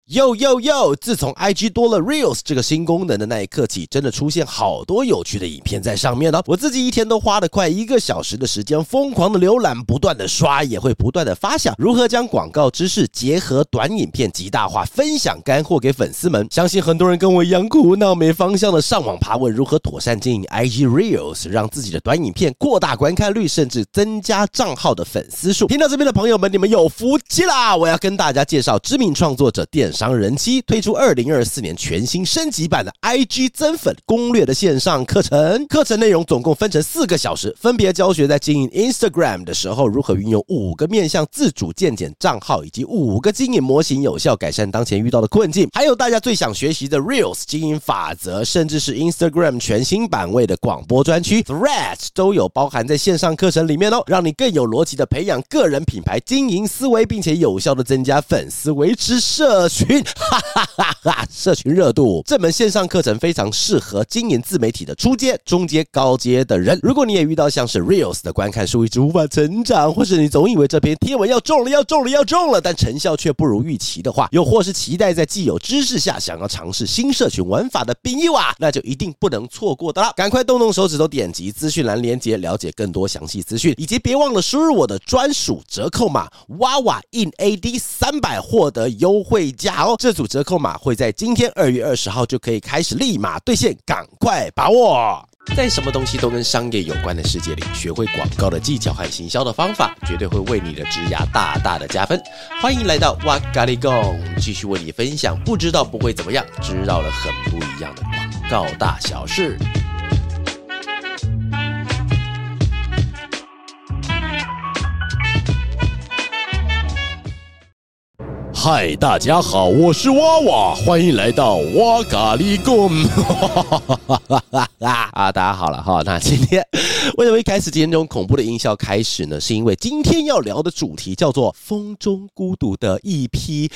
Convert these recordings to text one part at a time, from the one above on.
Yo yo yo！ 自从 IG 多了 Reels 这个新功能的那一刻起，真的出现好多有趣的影片在上面了。我自己一天都花了快1个小时的时间，疯狂的浏览，不断的刷，也会不断的发想如何将广告知识结合短影片极大化，分享干货给粉丝们。相信很多人跟我一样苦恼没方向的上网爬问如何妥善经营 IG Reels， 让自己的短影片扩大观看率，甚至增加账号的粉丝数。听到这边的朋友们，你们有福气啦！我要跟大家介绍知名创作者电商人妻推出2024年全新升级版的 IG 增粉攻略的线上课程。课程内容总共分成4个小时，分别教学在经营 Instagram 的时候如何运用5个面向自主建检账号，以及5个经营模型有效改善当前遇到的困境，还有大家最想学习的 Reels 经营法则，甚至是 Instagram 全新版位的广播专区 Threads 都有包含在线上课程里面哦，让你更有逻辑的培养个人品牌经营思维，并且有效的增加粉丝，维持社群社群热度。这门线上课程非常适合经营自媒体的初阶、中阶、高阶的人。如果你也遇到像是 Reels 的观看数一直无法成长，或是你总以为这篇贴文要中了，但成效却不如预期的话，又或是期待在既有知识下想要尝试新社群玩法的朋友啊，那就一定不能错过的啦！赶快动动手指头点击资讯栏连结，了解更多详细资讯，以及别忘了输入我的专属折扣码WAWAINAD300获得优惠价哦！这组折扣码会在今天2月20号就可以开始立马兑现，赶快把握！在什么东西都跟商业有关的世界里，学会广告的技巧和行销的方法，绝对会为你的职涯大大的加分。欢迎来到哇咖哩贡，继续为你分享不知道不会怎么样，知道了很不一样的广告大小事。嗨，大家好，我是娃娃，欢迎来到哇咖哩贡。大家好了哈。那今天为什么一开始今天这种恐怖的音效开始呢？是因为今天要聊的主题叫做风中孤独的一匹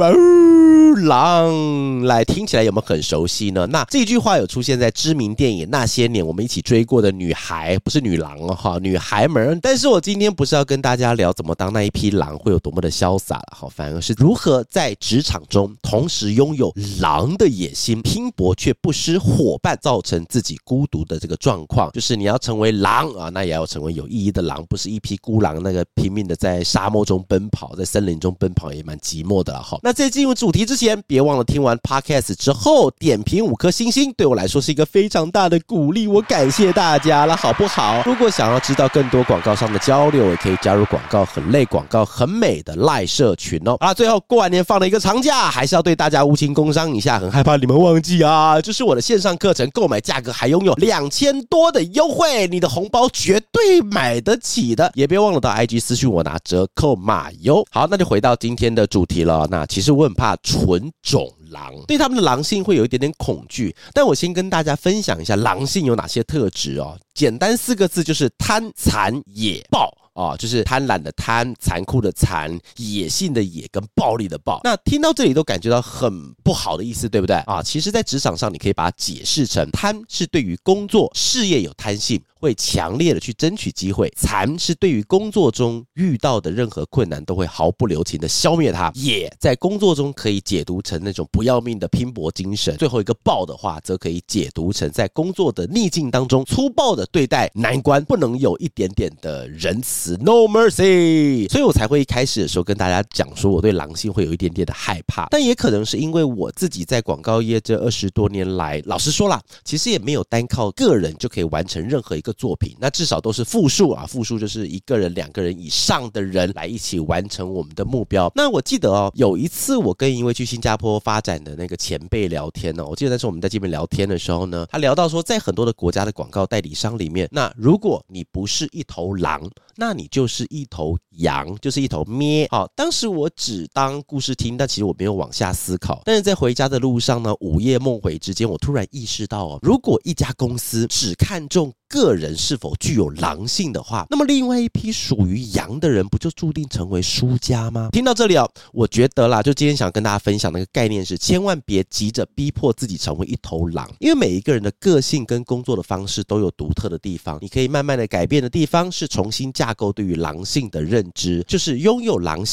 狼。来，听起来有没有很熟悉呢？那这句话有出现在知名电影《那些年我们一起追过的女孩》，不是女郎哈，女孩们。但是我今天不是要跟大家聊怎么当那一匹狼会有多么的潇洒了，反而是如何在职场中同时拥有狼的野心，拼搏却不失伙伴，造成自己孤独的这个状况。就是你要成为狼啊，那也要成为有意义的狼，不是一匹孤狼那个拼命的在沙漠中奔跑，在森林中奔跑也蛮寂寞的啦。那在进入主题之前，别忘了听完 Podcast 之后点评5颗星星，对我来说是一个非常大的鼓励，我感谢大家了，好不好？如果想要知道更多广告上的交流，也可以加入广告很累、广告很美的赖社群哦。最后过完年放了一个长假，还是要对大家无情工商一下，很害怕你们忘记啊，就是我的线上课程购买价格还拥有2000多的优惠，你的红包绝对买得起的，也别忘了到 IG 私讯我拿折扣码哟。好，那就回到今天的主题了。那其实我很怕纯种狼，对他们的狼性会有一点点恐惧，但我先跟大家分享一下狼性有哪些特质哦。简单4个字就是贪残野暴。就是贪婪的贪，残酷的残，野性的野，跟暴力的暴。那听到这里都感觉到很不好的意思，对不对其实在职场上你可以把它解释成，贪是对于工作事业有贪性，会强烈的去争取机会；残是对于工作中遇到的任何困难都会毫不留情的消灭它；野在工作中可以解读成那种不要命的拼搏精神；最后一个暴的话，则可以解读成在工作的逆境当中粗暴的对待难关，不能有一点点的仁慈。No mercy， 所以我才会一开始的时候跟大家讲说我对狼性会有一点点的害怕，但也可能是因为我自己在广告业这20多年来，老实说啦，其实也没有单靠个人就可以完成任何一个作品，那至少都是复数复数就是1个人、2个人以上的人来一起完成我们的目标。那我记得有一次我跟一位去新加坡发展的那个前辈聊天我记得那时候我们在这边聊天的时候呢，他聊到说在很多的国家的广告代理商里面，那如果你不是一头狼，那你就是一头羊，就是一头咩。当时我只当故事听，但其实我没有往下思考。但是在回家的路上呢，午夜梦回之间，我突然意识到如果一家公司只看重个人是否具有狼性的话，那么另外一批属于羊的人不就注定成为输家吗？听到这里我觉得啦，就今天想跟大家分享那个概念是，千万别急着逼迫自己成为一头狼，因为每一个人的个性跟工作的方式都有独特的地方，你可以慢慢的改变的地方是重新架构对于狼性的认知，就是拥有狼性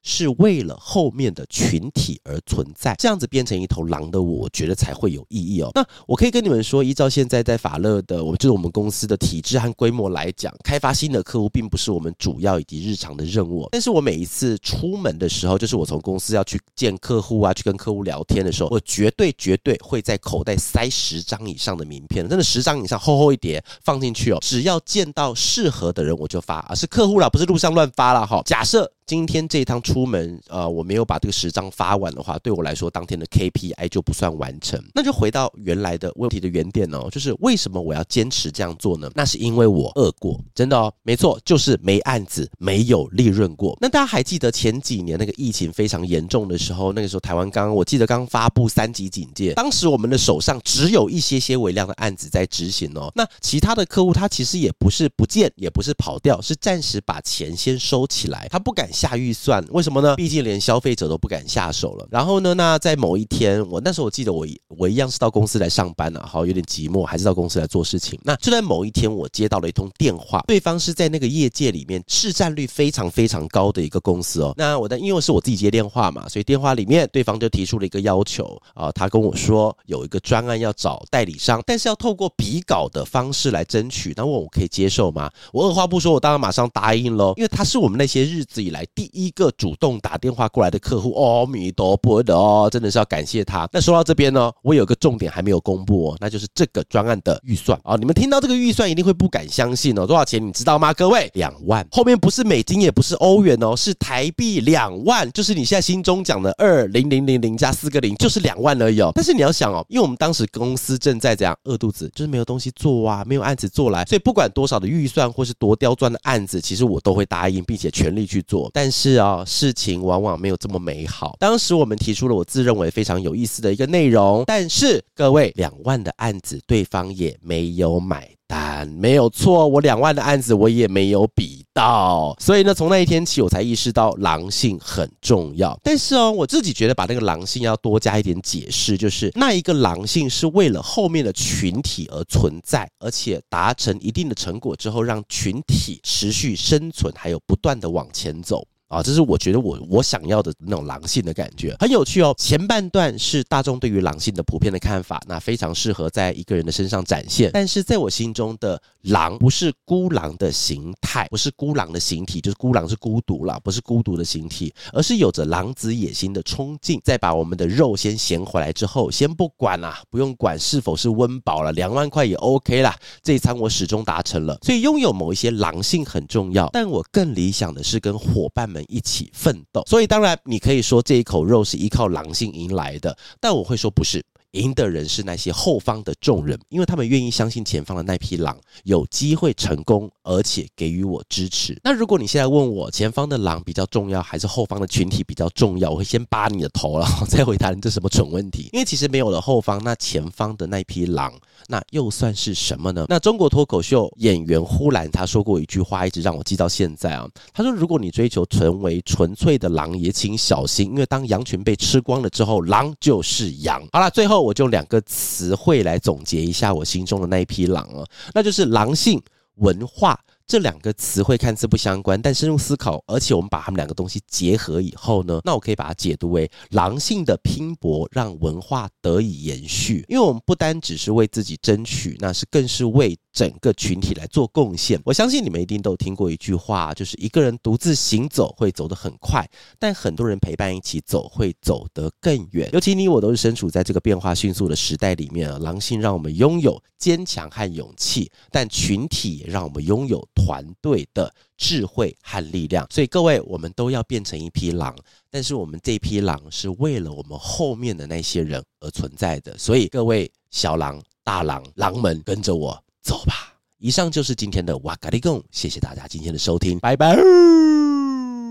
是为了后面的群体而存在，这样子变成一头狼的我觉得才会有意义哦。那我可以跟你们说，依照现在在法乐的就是我们公司的体制和规模来讲，开发新的客户并不是我们主要以及日常的任务，但是我每一次出门的时候，就是我从公司要去见客户啊，去跟客户聊天的时候，我绝对会在口袋塞10张以上的名片，真的10张以上，厚厚一叠放进去哦。只要见到适合的人我就发，是客户啦，不是路上乱发啦哈。假设今天这一趟出门，我没有把这个10张发完的话，对我来说，当天的 KPI 就不算完成。那就回到原来的问题的原点哦，就是为什么我要坚持这样做呢？那是因为我饿过，真的哦，没错，就是没案子，没有利润过。那大家还记得前几年那个疫情非常严重的时候，那个时候台湾我记得刚发布3级警戒，当时我们的手上只有一些微量的案子在执行哦。那其他的客户他其实也不是不见，也不是跑掉，是暂时把钱先收起来，他不敢下预算，为什么呢？毕竟连消费者都不敢下手了。然后呢，那在某一天，那时候我记得我一样是到公司来上班啊，好有点寂寞，还是到公司来做事情。那就在某一天，我接到了一通电话，对方是在那个业界里面市占率非常非常高的一个公司哦。那因为是我自己接电话嘛，所以电话里面对方就提出了一个要求啊，他跟我说有一个专案要找代理商，但是要透过比稿的方式来争取，那问我可以接受吗？我二话不说，我当然马上答应咯，因为他是我们那些日子以来第一个主动打电话过来的客户，阿弥陀佛的哦，真的是要感谢他。那说到这边呢，我有个重点还没有公布哦，那就是这个专案的预算啊。你们听到这个预算一定会不敢相信哦，多少钱你知道吗？各位，2万，后面不是美金也不是欧元哦，是台币2万，就是你现在心中讲的20000加4个0，就是2万而已哦。但是你要想哦，因为我们当时公司正在怎样饿肚子，就是没有东西做啊，没有案子做来，所以不管多少的预算或是多刁钻的案子，其实我都会答应，并且全力去做。但是事情往往没有这么美好。当时我们提出了我自认为非常有意思的一个内容，但是各位，2万的案子对方也没有买单，没有错，我2万的案子我也没有比到。所以呢，从那一天起我才意识到狼性很重要。但是我自己觉得把那个狼性要多加一点解释，就是那一个狼性是为了后面的群体而存在，而且达成一定的成果之后，让群体持续生存，还有不断的往前走。这是我觉得我想要的那种狼性的感觉，很有趣哦。前半段是大众对于狼性的普遍的看法，那非常适合在一个人的身上展现。但是在我心中的狼不是孤狼的形态，不是孤狼的形体，就是孤狼是孤独啦，不是孤独的形体，而是有着狼子野心的冲劲。再把我们的肉先衔回来之后，先不管啦，不用管是否是温饱了，2万块也 OK 啦。这一餐我始终达成了，所以拥有某一些狼性很重要。但我更理想的是跟伙伴们一起奋斗，所以当然你可以说这一口肉是依靠狼性赢来的，但我会说不是，赢的人是那些后方的众人，因为他们愿意相信前方的那匹狼有机会成功，而且给予我支持。那如果你现在问我前方的狼比较重要还是后方的群体比较重要，我会先扒你的头然后再回答你这什么蠢问题。因为其实没有了后方，那前方的那匹狼那又算是什么呢？那中国脱口秀演员呼兰他说过一句话，一直让我记到现在啊。他说如果你追求成为纯粹的狼也请小心，因为当羊群被吃光了之后，狼就是羊。好啦，最后我就2个词汇来总结一下我心中的那一匹狼啊，那就是狼性、文化。这2个词汇看似不相关，但深入思考，而且我们把它们2个东西结合以后呢，那我可以把它解读为狼性的拼搏让文化得以延续。因为我们不单只是为自己争取，那是更是为整个群体来做贡献。我相信你们一定都有听过一句话，就是一个人独自行走会走得很快，但很多人陪伴一起走会走得更远。尤其你我都是身处在这个变化迅速的时代里面啊，狼性让我们拥有坚强和勇气，但群体也让我们拥有团队的智慧和力量。所以各位，我们都要变成一匹狼，但是我们这匹狼是为了我们后面的那些人而存在的。所以各位小狼、大狼、狼们，跟着我走吧。以上就是今天的哇嘎哩贡，谢谢大家今天的收听，拜拜。